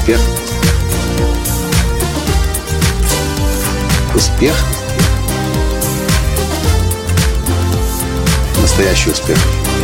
Успех. Успех. Настоящий успех.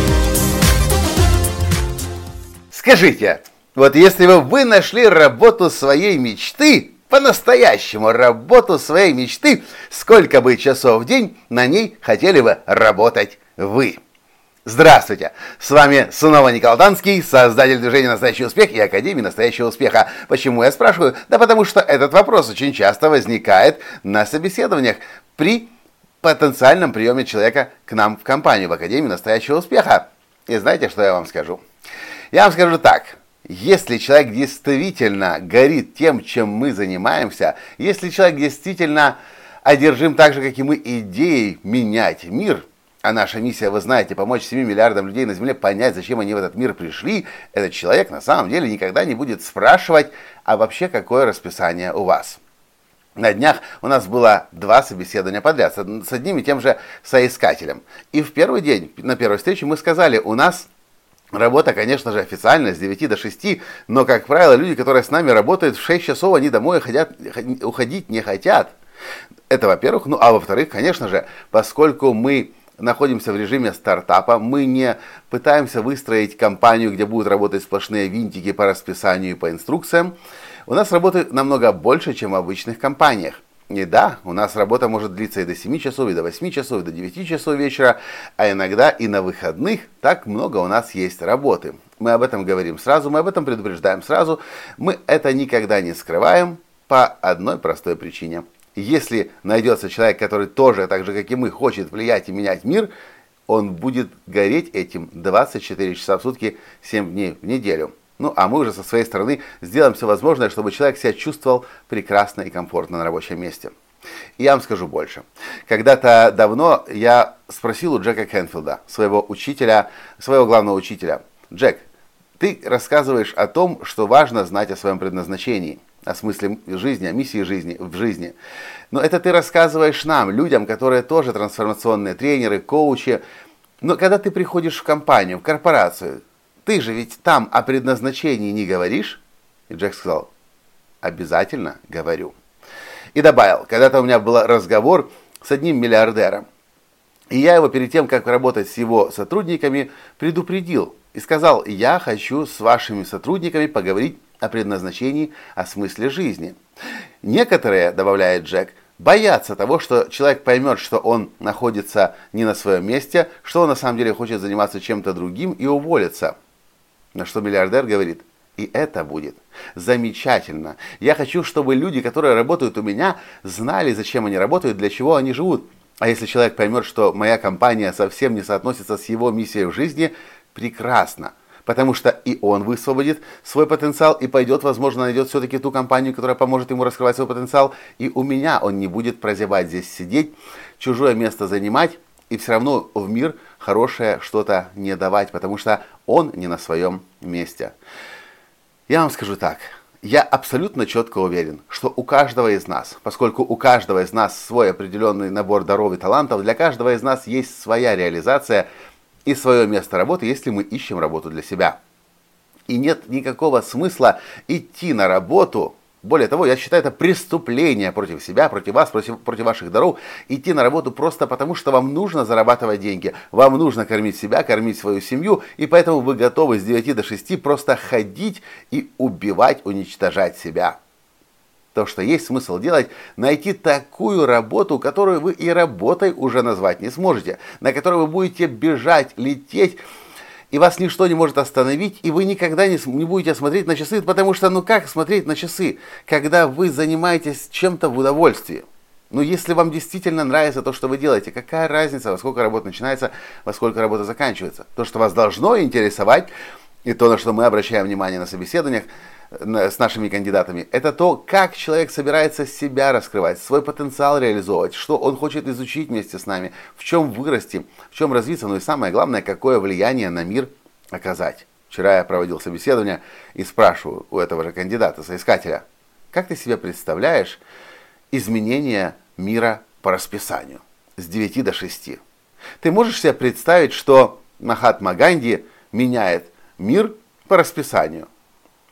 Скажите, вот если бы вы нашли работу своей мечты, по-настоящему работу своей мечты, сколько бы часов в день на ней хотели бы работать вы? Здравствуйте! С вами снова Николай Танский, создатель движения «Настоящий успех» и Академии «Настоящего успеха». Почему я спрашиваю? Да потому что этот вопрос очень часто возникает на собеседованиях при потенциальном приеме человека к нам в компанию, в Академию «Настоящего успеха». И знаете, что я вам скажу? Я вам скажу так. Если человек действительно горит тем, чем мы занимаемся, если человек действительно одержим так же, как и мы, идеей менять мир, а наша миссия, вы знаете, помочь 7 миллиардам людей на Земле понять, зачем они в этот мир пришли, этот человек на самом деле никогда не будет спрашивать, а вообще какое расписание у вас. На днях у нас было 2 собеседования подряд с одним и тем же соискателем. И в первый день, на первой встрече мы сказали, у нас работа, конечно же, официально с 9 до 6, но, как правило, люди, которые с нами работают в 6 часов, они домой уходить не хотят. Это во-первых. Ну, а во-вторых, конечно же, поскольку мы находимся в режиме стартапа, мы не пытаемся выстроить компанию, где будут работать сплошные винтики по расписанию и по инструкциям. У нас работы намного больше, чем в обычных компаниях. И да, у нас работа может длиться и до 7 часов, и до 8 часов, и до 9 часов вечера, а иногда и на выходных. Так много у нас есть работы. Мы об этом говорим сразу, мы об этом предупреждаем сразу. Мы это никогда не скрываем по одной простой причине. Если найдется человек, который тоже, так же как и мы, хочет влиять и менять мир, он будет гореть этим 24 часа в сутки, 7 дней в неделю. Ну, а мы уже со своей стороны сделаем все возможное, чтобы человек себя чувствовал прекрасно и комфортно на рабочем месте. И я вам скажу больше. Когда-то давно я спросил у Джека Кенфилда, своего учителя, своего главного учителя: Джек, ты рассказываешь о том, что важно знать о своем предназначении, о смысле жизни, о миссии жизни, в жизни. Но это ты рассказываешь нам, людям, которые тоже трансформационные тренеры, коучи. Но когда ты приходишь в компанию, в корпорацию, ты же ведь там о предназначении не говоришь? И Джек сказал: обязательно говорю. И добавил: когда-то у меня был разговор с одним миллиардером. И я его перед тем, как работать с его сотрудниками, предупредил. И сказал: я хочу с вашими сотрудниками поговорить о предназначении, о смысле жизни. Некоторые, добавляет Джек, боятся того, что человек поймет, что он находится не на своем месте, что он на самом деле хочет заниматься чем-то другим и уволиться. На что миллиардер говорит: и это будет замечательно. Я хочу, чтобы люди, которые работают у меня, знали, зачем они работают, для чего они живут. А если человек поймет, что моя компания совсем не соотносится с его миссией в жизни, прекрасно. Потому что и он высвободит свой потенциал и пойдет, возможно, найдет все-таки ту компанию, которая поможет ему раскрывать свой потенциал. И у меня он не будет прозябать здесь, сидеть, чужое место занимать и все равно в мир хорошее что-то не давать, потому что он не на своем месте. Я вам скажу так. Я абсолютно четко уверен, что у каждого из нас, поскольку у каждого из нас свой определенный набор даров и талантов, для каждого из нас есть своя реализация и свое место работы, если мы ищем работу для себя. И нет никакого смысла идти на работу. Более того, я считаю, это преступление против себя, против вас, против ваших даров. Идти на работу просто потому, что вам нужно зарабатывать деньги. Вам нужно кормить себя, кормить свою семью. И поэтому вы готовы с 9 до 6 просто ходить и убивать, уничтожать себя. То, что есть смысл делать, найти такую работу, которую вы и работой уже назвать не сможете, на которой вы будете бежать, лететь, и вас ничто не может остановить, и вы никогда не будете смотреть на часы, потому что, как смотреть на часы, когда вы занимаетесь чем-то в удовольствии? Если вам действительно нравится то, что вы делаете, какая разница, во сколько работа начинается, во сколько работа заканчивается? То, что вас должно интересовать, и то, на что мы обращаем внимание на собеседованиях с нашими кандидатами, это то, как человек собирается себя раскрывать, свой потенциал реализовывать, что он хочет изучить вместе с нами, в чем вырасти, в чем развиться, и самое главное, какое влияние на мир оказать. Вчера я проводил собеседование и спрашиваю у этого же кандидата, соискателя: как ты себе представляешь изменение мира по расписанию с 9 до 6? Ты можешь себе представить, что Махатма Ганди меняет мир по расписанию?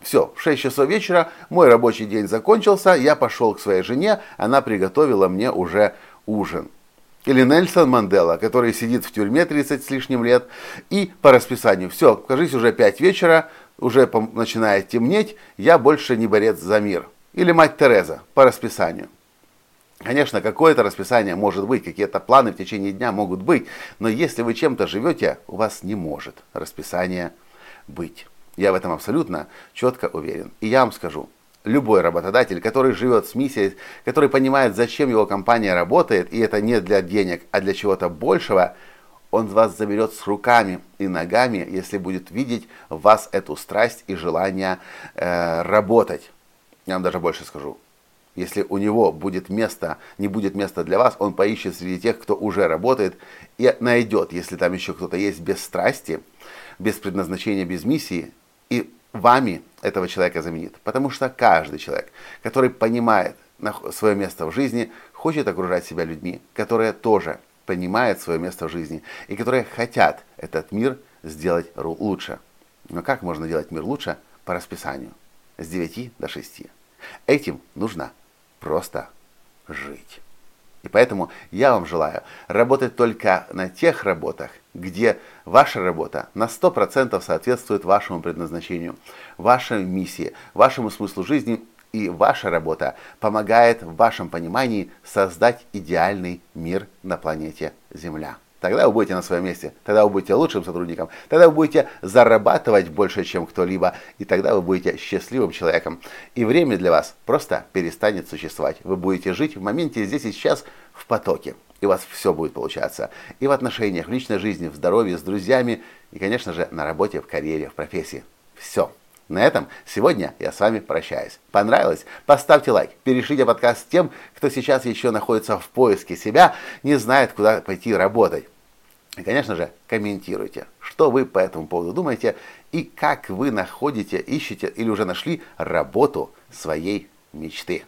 Все, в 6 часов вечера мой рабочий день закончился, я пошел к своей жене, она приготовила мне уже ужин. Или Нельсон Мандела, который сидит в тюрьме 30 с лишним лет, и по расписанию, все, кажись, уже 5 вечера, уже начинает темнеть, я больше не борец за мир. Или мать Тереза, по расписанию. Конечно, какое-то расписание может быть, какие-то планы в течение дня могут быть, но если вы чем-то живете, у вас не может расписание быть. Я в этом абсолютно четко уверен. И я вам скажу, любой работодатель, который живет с миссией, который понимает, зачем его компания работает, и это не для денег, а для чего-то большего, он вас заберет с руками и ногами, если будет видеть в вас эту страсть и желание работать. Я вам даже больше скажу. Если у него будет место, не будет места для вас, он поищет среди тех, кто уже работает, и найдет, если там еще кто-то есть без страсти, без предназначения, без миссии, и вами этого человека заменит. Потому что каждый человек, который понимает свое место в жизни, хочет окружать себя людьми, которые тоже понимают свое место в жизни, и которые хотят этот мир сделать лучше. Но как можно делать мир лучше? По расписанию. С 9 до 6. Этим нужно просто жить. И поэтому я вам желаю работать только на тех работах, где ваша работа на 100% соответствует вашему предназначению, вашей миссии, вашему смыслу жизни, и ваша работа помогает в вашем понимании создать идеальный мир на планете Земля. Тогда вы будете на своем месте, тогда вы будете лучшим сотрудником, тогда вы будете зарабатывать больше, чем кто-либо, и тогда вы будете счастливым человеком. И время для вас просто перестанет существовать. Вы будете жить в моменте здесь и сейчас в потоке. И у вас все будет получаться. И в отношениях, в личной жизни, в здоровье, с друзьями, и, конечно же, на работе, в карьере, в профессии. Все. На этом сегодня я с вами прощаюсь. Понравилось? Поставьте лайк, перешлите подкаст тем, кто сейчас еще находится в поиске себя, не знает, куда пойти работать. И, конечно же, комментируйте, что вы по этому поводу думаете и как вы находите, ищете или уже нашли работу своей мечты.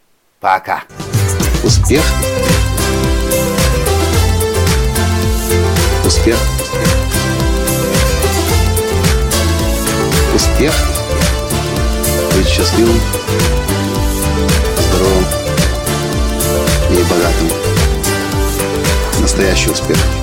Пока! Успех! Успех! Успех! Быть счастливым, здоровым и богатым. Настоящий успех!